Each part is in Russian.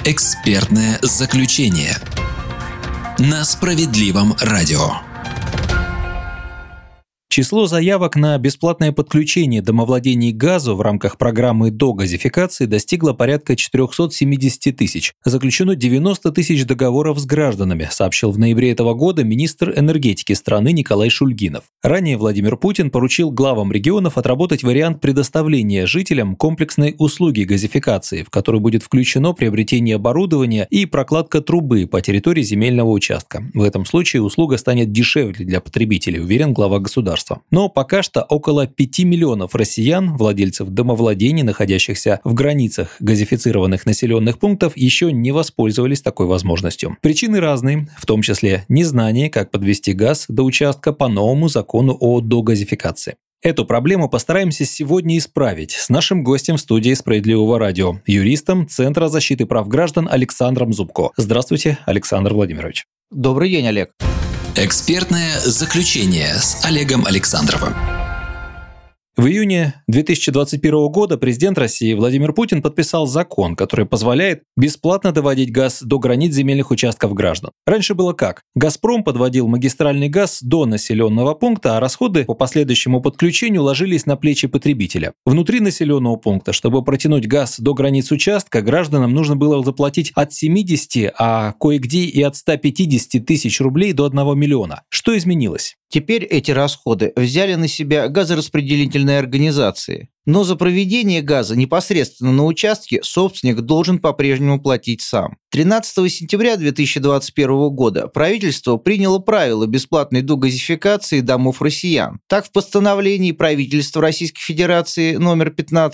Экспертное заключение на Справедливом радио. Число заявок на бесплатное подключение домовладений к газу в рамках программы догазификации достигло порядка 470 тысяч. Заключено 90 тысяч договоров с гражданами, сообщил в ноябре этого года министр энергетики страны Николай Шульгинов. Ранее Владимир Путин поручил главам регионов отработать вариант предоставления жителям комплексной услуги газификации, в которую будет включено приобретение оборудования и прокладка трубы по территории земельного участка. В этом случае услуга станет дешевле для потребителей, уверен глава государства. Но пока что около 5 миллионов россиян, владельцев домовладений, находящихся в границах газифицированных населенных пунктов, еще не воспользовались такой возможностью. Причины разные, в том числе незнание, как подвести газ до участка по новому закону о догазификации. Эту проблему постараемся сегодня исправить с нашим гостем в студии Справедливого радио, юристом Центра защиты прав граждан Александром Зубко. Здравствуйте, Александр Владимирович. Добрый день, Олег. Экспертное заключение с Олегом Александровым. В июне 2021 года президент России Владимир Путин подписал закон, который позволяет бесплатно доводить газ до границ земельных участков граждан. Раньше было как? «Газпром» подводил магистральный газ до населенного пункта, а расходы по последующему подключению ложились на плечи потребителя. Внутри населенного пункта, чтобы протянуть газ до границ участка, гражданам нужно было заплатить от 70, а кое-где и от 150 тысяч рублей до 1 миллиона. Что изменилось? Теперь эти расходы взяли на себя газораспределительные организации. Но за проведение газа непосредственно на участке собственник должен по-прежнему платить сам. 13 сентября 2021 года правительство приняло правила бесплатной догазификации домов россиян. Так, в постановлении правительства Российской Федерации номер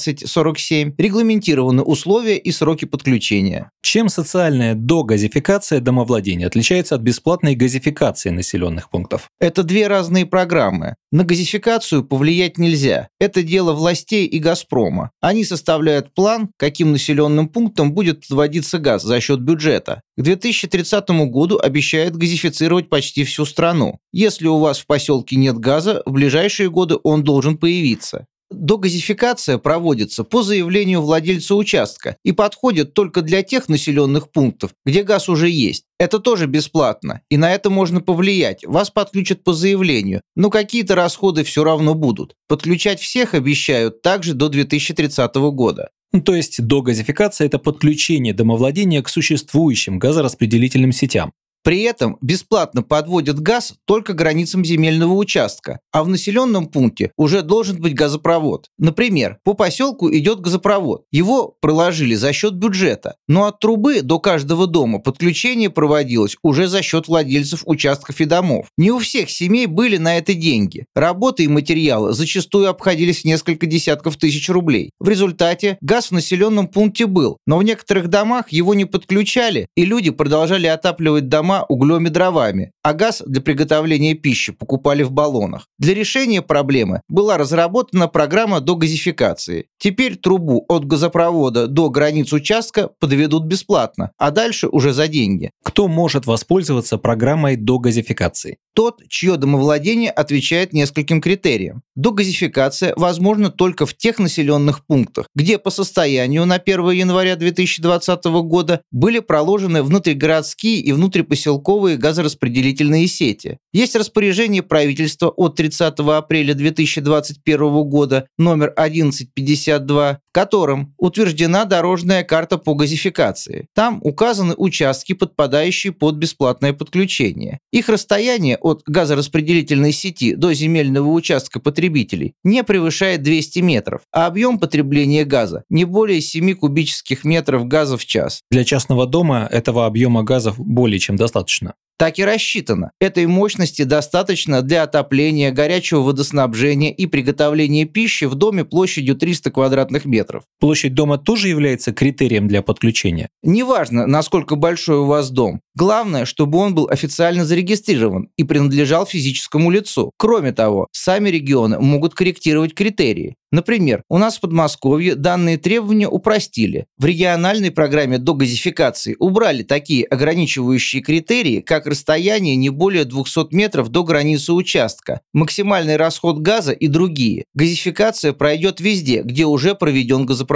1547 регламентированы условия и сроки подключения. Чем социальная догазификация домовладения отличается от бесплатной газификации населенных пунктов? Это две разные программы. На газификацию повлиять нельзя. Это дело властей и «Газпрома». Они составляют план, каким населенным пунктам будет подводиться газ за счет бюджета. К 2030 году обещают газифицировать почти всю страну. Если у вас в поселке нет газа, в ближайшие годы он должен появиться. Догазификация проводится по заявлению владельца участка и подходит только для тех населенных пунктов, где газ уже есть. Это тоже бесплатно, и на это можно повлиять. Вас подключат по заявлению, но какие-то расходы все равно будут. Подключать всех обещают также до 2030 года. То есть догазификация – это подключение домовладения к существующим газораспределительным сетям. При этом бесплатно подводят газ только границам земельного участка, а в населенном пункте уже должен быть газопровод. Например, по поселку идет газопровод. Его проложили за счет бюджета, но от трубы до каждого дома подключение проводилось уже за счет владельцев участков и домов. Не у всех семей были на это деньги. Работы и материалы зачастую обходились в несколько десятков тысяч рублей. В результате газ в населенном пункте был, но в некоторых домах его не подключали, и люди продолжали отапливать дома углем и дровами, а газ для приготовления пищи покупали в баллонах. Для решения проблемы была разработана программа догазификации. Теперь трубу от газопровода до границ участка подведут бесплатно, а дальше уже за деньги. Кто может воспользоваться программой догазификации? Тот, чье домовладение отвечает нескольким критериям. Догазификация возможна только в тех населенных пунктах, где по состоянию на 1 января 2020 года были проложены внутригородские и внутрипоселковые газораспределительные сети. Есть распоряжение правительства от 30 апреля 2021 года номер 1152, в котором утверждена дорожная карта по газификации. Там указаны участки, подпадающие под бесплатное подключение. Их расстояние от газораспределительной сети до земельного участка потребителей не превышает 200 метров, а объем потребления газа не более 7 кубических метров газа в час. Для частного дома этого объема газа более чем достаточно. Так и рассчитано. Этой мощности достаточно для отопления, горячего водоснабжения и приготовления пищи в доме площадью 300 квадратных метров. Площадь дома тоже является критерием для подключения? Неважно, насколько большой у вас дом. Главное, чтобы он был официально зарегистрирован и принадлежал физическому лицу. Кроме того, сами регионы могут корректировать критерии. Например, у нас в Подмосковье данные требования упростили. В региональной программе догазификации убрали такие ограничивающие критерии, как расстояние не более 200 метров до границы участка, максимальный расход газа и другие. Газификация пройдет везде, где уже проведен газопровод.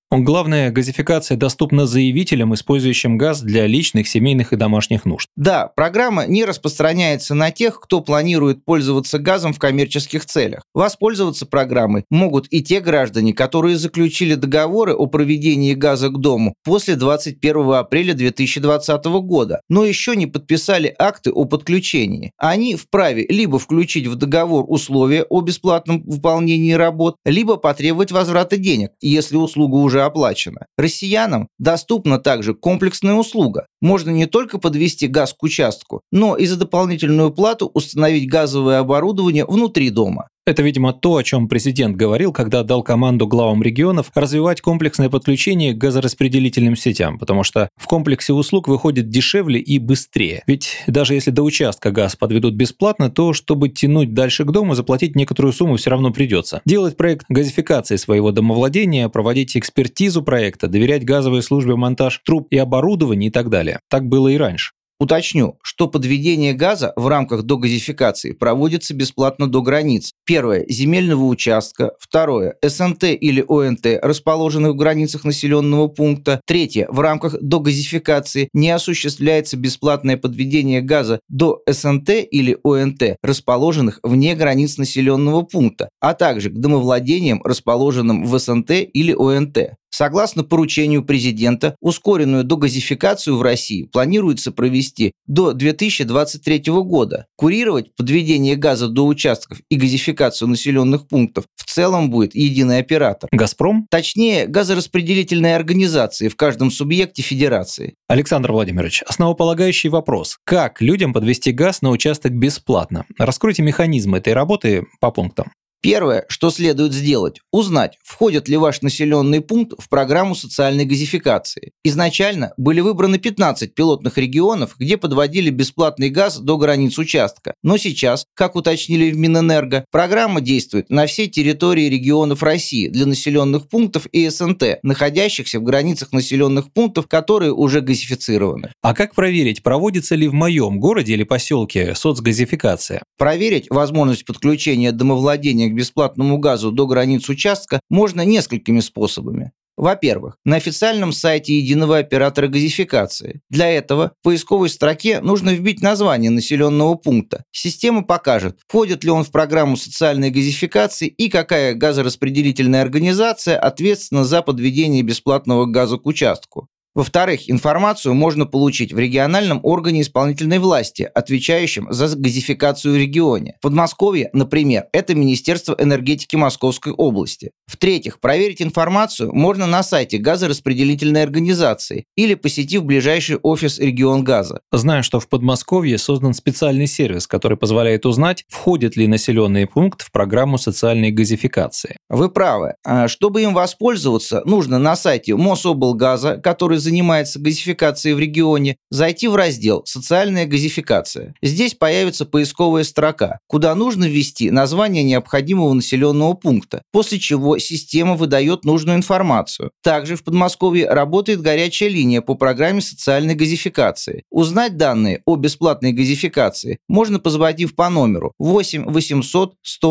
Главное, газификация доступна заявителям, использующим газ для личных, семейных и домашних нужд. Да, программа не распространяется на тех, кто планирует пользоваться газом в коммерческих целях. Воспользоваться программой могут и те граждане, которые заключили договоры о проведении газа к дому после 21 апреля 2020 года, но еще не подписали акты о подключении. Они вправе либо включить в договор условия о бесплатном выполнении работ, либо потребовать возврата денег, если услуга уже оплачена. Россиянам доступна также комплексная услуга. Можно не только подвести газ к участку, но и за дополнительную плату установить газовое оборудование внутри дома. Это, видимо, то, о чем президент говорил, когда дал команду главам регионов развивать комплексное подключение к газораспределительным сетям, потому что в комплексе услуг выходит дешевле и быстрее. Ведь даже если до участка газ подведут бесплатно, то чтобы тянуть дальше к дому, заплатить некоторую сумму все равно придется. Делать проект газификации своего домовладения, проводить экспертизу проекта, доверять газовой службе монтаж труб и оборудования и так далее. Так было и раньше. Уточню, что подведение газа в рамках догазификации проводится бесплатно до границ. Первое – земельного участка. Второе – СНТ или ОНТ, расположенных в границах населенного пункта. Третье – в рамках догазификации не осуществляется бесплатное подведение газа до СНТ или ОНТ, расположенных вне границ населенного пункта, а также к домовладениям, расположенным в СНТ или ОНТ. Согласно поручению президента, ускоренную догазификацию в России планируется провести до 2023 года. Курировать подведение газа до участков и газификацию населенных пунктов в целом будет единый оператор. «Газпром»? Точнее, газораспределительные организации в каждом субъекте федерации. Александр Владимирович, основополагающий вопрос. Как людям подвести газ на участок бесплатно? Раскройте механизм этой работы по пунктам. Первое, что следует сделать – узнать, входит ли ваш населенный пункт в программу социальной газификации. Изначально были выбраны 15 пилотных регионов, где подводили бесплатный газ до границ участка. Но сейчас, как уточнили в Минэнерго, программа действует на всей территории регионов России для населенных пунктов и СНТ, находящихся в границах населенных пунктов, которые уже газифицированы. А как проверить, проводится ли в моем городе или поселке соцгазификация? Проверить возможность подключения домовладения к бесплатному газу до границ участка можно несколькими способами. Во-первых, на официальном сайте единого оператора газификации. Для этого в поисковой строке нужно вбить название населенного пункта. Система покажет, входит ли он в программу социальной газификации и какая газораспределительная организация ответственна за подведение бесплатного газа к участку. Во-вторых, информацию можно получить в региональном органе исполнительной власти, отвечающем за газификацию в регионе. В Подмосковье, например, это Министерство энергетики Московской области. В-третьих, проверить информацию можно на сайте газораспределительной организации или посетив ближайший офис Регионгаза. Знаю, что в Подмосковье создан специальный сервис, который позволяет узнать, входит ли населенный пункт в программу социальной газификации. Вы правы. Чтобы им воспользоваться, нужно на сайте Мособлгаза, который занимается газификацией в регионе, зайти в раздел «Социальная газификация». Здесь появится поисковая строка, куда нужно ввести название необходимого населенного пункта, после чего система выдает нужную информацию. Также в Подмосковье работает горячая линия по программе социальной газификации. Узнать данные о бесплатной газификации можно, позвонив по номеру 8 800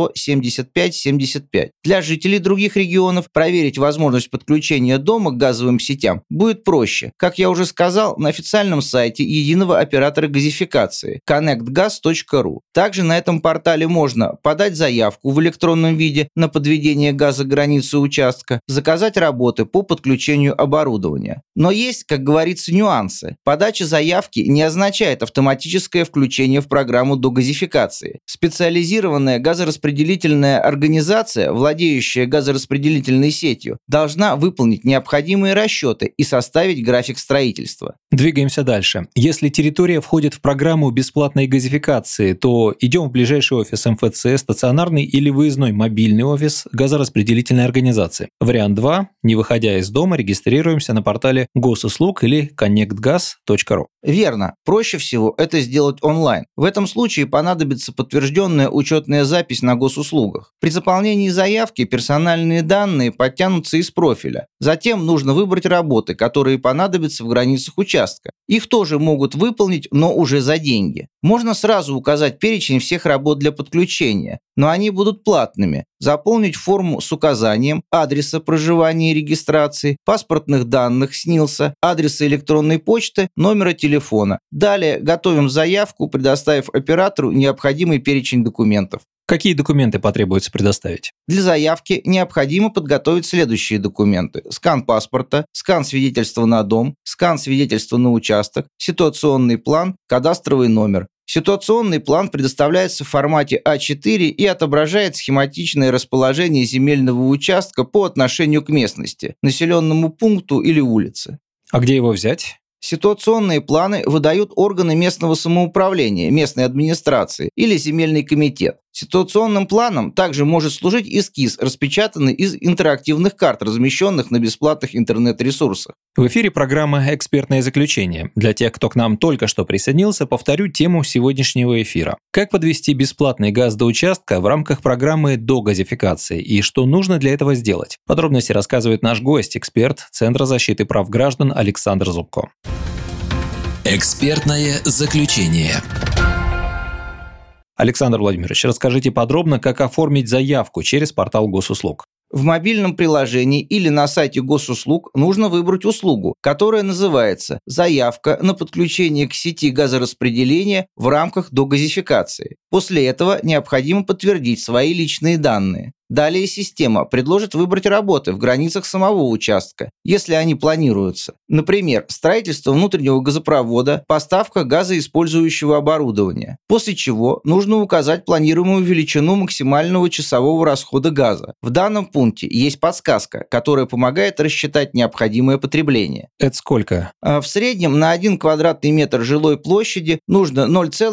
175 75. Для жителей других регионов проверить возможность подключения дома к газовым сетям будет проще. Как я уже сказал, на официальном сайте единого оператора газификации connectgas.ru. Также на этом портале можно подать заявку в электронном виде на подведение газа к границе участка, заказать работы по подключению оборудования. Но есть, как говорится, нюансы. Подача заявки не означает автоматическое включение в программу догазификации. Специализированная газораспределительная организация, владеющая газораспределительной сетью, должна выполнить необходимые расчеты и составить график строительства. Двигаемся дальше. Если территория входит в программу бесплатной газификации, то идем в ближайший офис МФЦ, стационарный или выездной мобильный офис газораспределительной организации. Вариант 2. Не выходя из дома, регистрируемся на портале госуслуг или connectgas.ru. Верно. Проще всего это сделать онлайн. В этом случае понадобится подтвержденная учетная запись на госуслугах. При заполнении заявки персональные данные подтянутся из профиля. Затем нужно выбрать работы, которые понадобятся в границах участка. Их тоже могут выполнить, но уже за деньги. Можно сразу указать перечень всех работ для подключения, но они будут платными. Заполнить форму с указанием адреса проживания и регистрации, паспортных данных СНИЛСа, адреса электронной почты, номера телефона. Далее готовим заявку, предоставив оператору необходимый перечень документов. Какие документы потребуется предоставить? Для заявки необходимо подготовить следующие документы: скан паспорта, скан свидетельства на дом, скан свидетельства на участок, ситуационный план, кадастровый номер. Ситуационный план предоставляется в формате А4 и отображает схематичное расположение земельного участка по отношению к местности, населенному пункту или улице. А где его взять? Ситуационные планы выдают органы местного самоуправления, местной администрации или земельный комитет. Ситуационным планом также может служить эскиз, распечатанный из интерактивных карт, размещенных на бесплатных интернет-ресурсах. В эфире программа «Экспертное заключение». Для тех, кто к нам только что присоединился, повторю тему сегодняшнего эфира. Как подвести бесплатный газ до участка в рамках программы догазификации и что нужно для этого сделать? Подробности рассказывает наш гость, эксперт Центра защиты прав граждан Александр Зубко. Экспертное заключение. Александр Владимирович, расскажите подробно, как оформить заявку через портал госуслуг. В мобильном приложении или на сайте госуслуг нужно выбрать услугу, которая называется «Заявка на подключение к сети газораспределения в рамках догазификации». После этого необходимо подтвердить свои личные данные. Далее система предложит выбрать работы в границах самого участка, если они планируются. Например, строительство внутреннего газопровода, поставка газоиспользующего оборудования. После чего нужно указать планируемую величину максимального часового расхода газа. В данном пункте есть подсказка, которая помогает рассчитать необходимое потребление. Это сколько? В среднем на 1 квадратный метр жилой площади нужно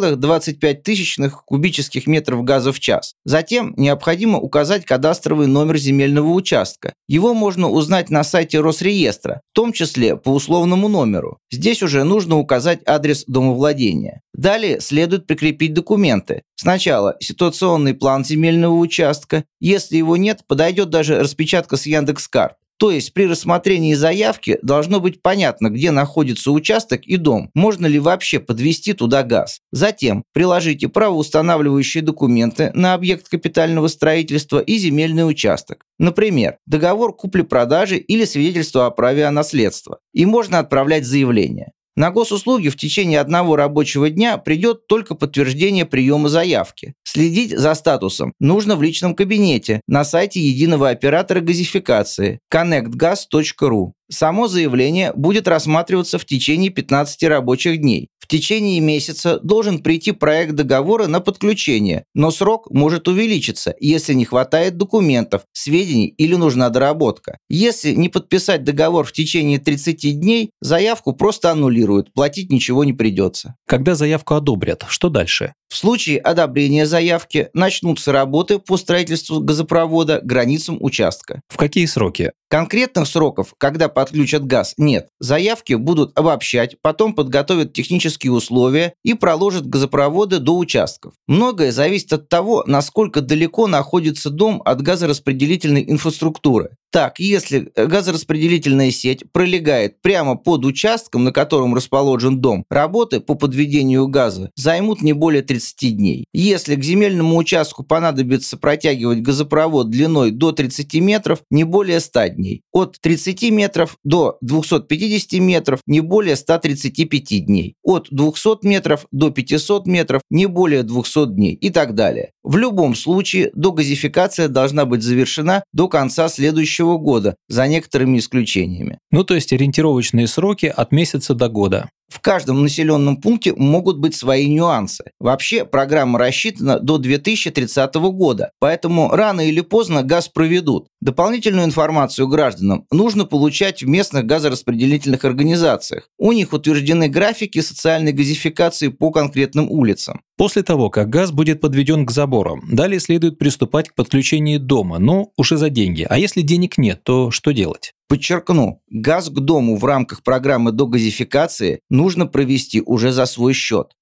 0,25 кубических метров газа в час. Затем необходимо указать кадастровый номер земельного участка. Его можно узнать на сайте Росреестра, в том числе по условному номеру. Здесь уже нужно указать адрес домовладения. Далее следует прикрепить документы. Сначала ситуационный план земельного участка. Если его нет, подойдет даже распечатка с Яндекс.Карт. То есть при рассмотрении заявки должно быть понятно, где находится участок и дом, можно ли вообще подвести туда газ. Затем приложите правоустанавливающие документы на объект капитального строительства и земельный участок. Например, договор купли-продажи или свидетельство о праве о наследстве. И можно отправлять заявление. На госуслуги в течение 1 рабочего дня придет только подтверждение приема заявки. Следить за статусом нужно в личном кабинете на сайте единого оператора газификации connectgas.ru. Само заявление будет рассматриваться в течение 15 рабочих дней. В течение месяца должен прийти проект договора на подключение, но срок может увеличиться, если не хватает документов, сведений или нужна доработка. Если не подписать договор в течение 30 дней, заявку просто аннулируют, платить ничего не придется. Когда заявку одобрят, что дальше? В случае одобрения заявки начнутся работы по строительству газопровода к границам участка. В какие сроки? Конкретных сроков, когда подключат газ, нет. Заявки будут обобщать, потом подготовят технические условия и проложат газопроводы до участков. Многое зависит от того, насколько далеко находится дом от газораспределительной инфраструктуры. Так, если газораспределительная сеть пролегает прямо под участком, на котором расположен дом, работы по подведению газа займут не более 30 дней. Если к земельному участку понадобится протягивать газопровод длиной до 30 метров, не более 100 дней. От 30 метров до 250 метров не более 135 дней. От 200 метров до 500 метров не более 200 дней и так далее. В любом случае, догазификация должна быть завершена до конца следующего года, за некоторыми исключениями. То есть ориентировочные сроки от месяца до года. В каждом населенном пункте могут быть свои нюансы. Вообще, программа рассчитана до 2030 года, поэтому рано или поздно газ проведут. Дополнительную информацию гражданам нужно получать в местных газораспределительных организациях. У них утверждены графики социальной газификации по конкретным улицам. После того, как газ будет подведен к заборам, далее следует приступать к подключению дома, но уже за деньги. А если денег нет, то что делать? Подчеркну, газ к дому в рамках программы догазификации нужно провести уже за свой счет.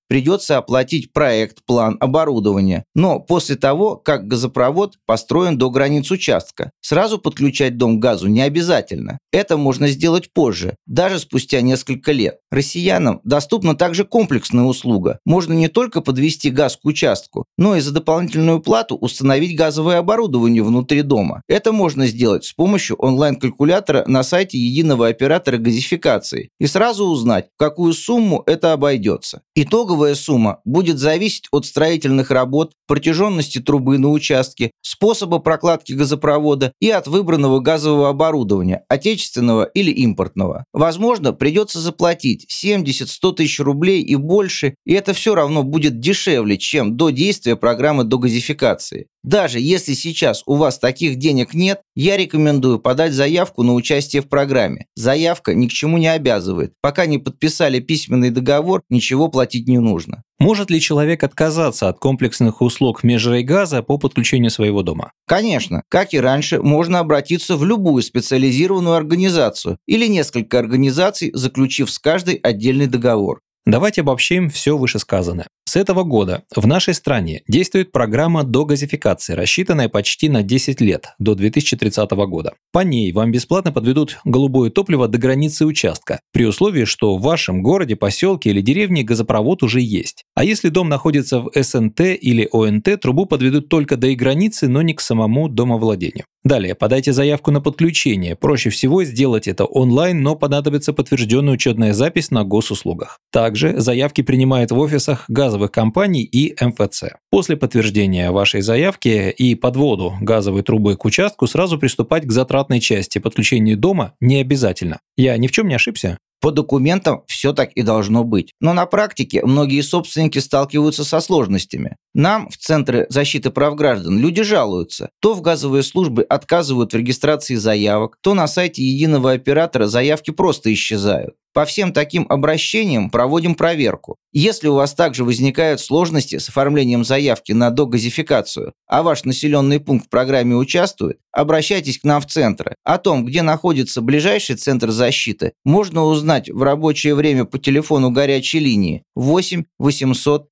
придется оплатить проект, план, оборудование. Но после того, как газопровод построен до границ участка, сразу подключать дом к газу не обязательно. Это можно сделать позже, даже спустя несколько лет. Россиянам доступна также комплексная услуга. Можно не только подвести газ к участку, но и за дополнительную плату установить газовое оборудование внутри дома. Это можно сделать с помощью онлайн-калькулятора на сайте единого оператора газификации и сразу узнать, в какую сумму это обойдется. Итоговая сумма будет зависеть от строительных работ, протяженности трубы на участке, способа прокладки газопровода и от выбранного газового оборудования, отечественного или импортного. Возможно, придется заплатить 70-100 тысяч рублей и больше, и это все равно будет дешевле, чем до действия программы догазификации. Даже если сейчас у вас таких денег нет, я рекомендую подать заявку на участие в программе. Заявка ни к чему не обязывает. Пока не подписали письменный договор, ничего платить не нужно. Может ли человек отказаться от комплексных услуг Межрайгаза по подключению своего дома? Конечно, как и раньше, можно обратиться в любую специализированную организацию или несколько организаций, заключив с каждой отдельный договор. Давайте обобщим все вышесказанное. С этого года в нашей стране действует программа догазификации, рассчитанная почти на 10 лет, до 2030 года. По ней вам бесплатно подведут голубое топливо до границы участка, при условии, что в вашем городе, поселке или деревне газопровод уже есть. А если дом находится в СНТ или ОНТ, трубу подведут только до их границы, но не к самому домовладению. Далее, подайте заявку на подключение. Проще всего сделать это онлайн, но понадобится подтвержденная учетная запись на госуслугах. Также заявки принимают в офисах газовых компаний и МФЦ. После подтверждения вашей заявки и подводу газовой трубы к участку сразу приступать к затратной части. Подключению дома не обязательно. Я ни в чем не ошибся? По документам все так и должно быть. Но на практике многие собственники сталкиваются со сложностями. Нам в Центре защиты прав граждан люди жалуются. То в газовые службы отказывают в регистрации заявок, то на сайте единого оператора заявки просто исчезают. По всем таким обращениям проводим проверку. Если у вас также возникают сложности с оформлением заявки на догазификацию, а ваш населенный пункт в программе участвует, обращайтесь к нам в центры. О том, где находится ближайший центр защиты, можно узнать в рабочее время по телефону горячей линии 8 800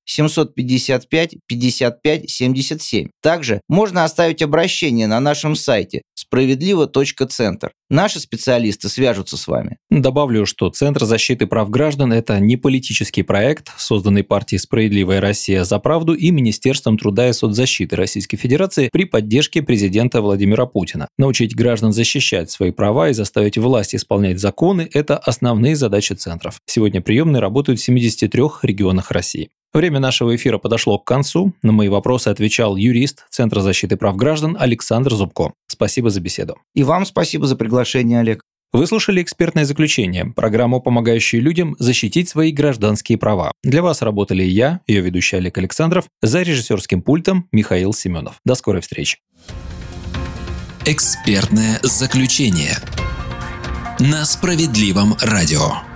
755 55 77. Также можно оставить обращение на нашем сайте справедливо.центр. Наши специалисты свяжутся с вами. Добавлю, что Центр защиты прав граждан – это не политический проект, созданный партией «Справедливая Россия за правду» и Министерством труда и соцзащиты Российской Федерации при поддержке президента Владимира Путина. Научить граждан защищать свои права и заставить власть исполнять законы – это основные задачи центров. Сегодня приемные работают в 73 регионах России. Время нашего эфира подошло к концу. На мои вопросы отвечал юрист Центра защиты прав граждан Александр Зубко. Спасибо за беседу. И вам спасибо за приглашение, Олег. Вы слушали «Экспертное заключение», программу, помогающую людям защитить свои гражданские права. Для вас работали я, ее ведущий Олег Александров, за режиссерским пультом Михаил Семенов. До скорой встречи. «Экспертное заключение» на Справедливом радио.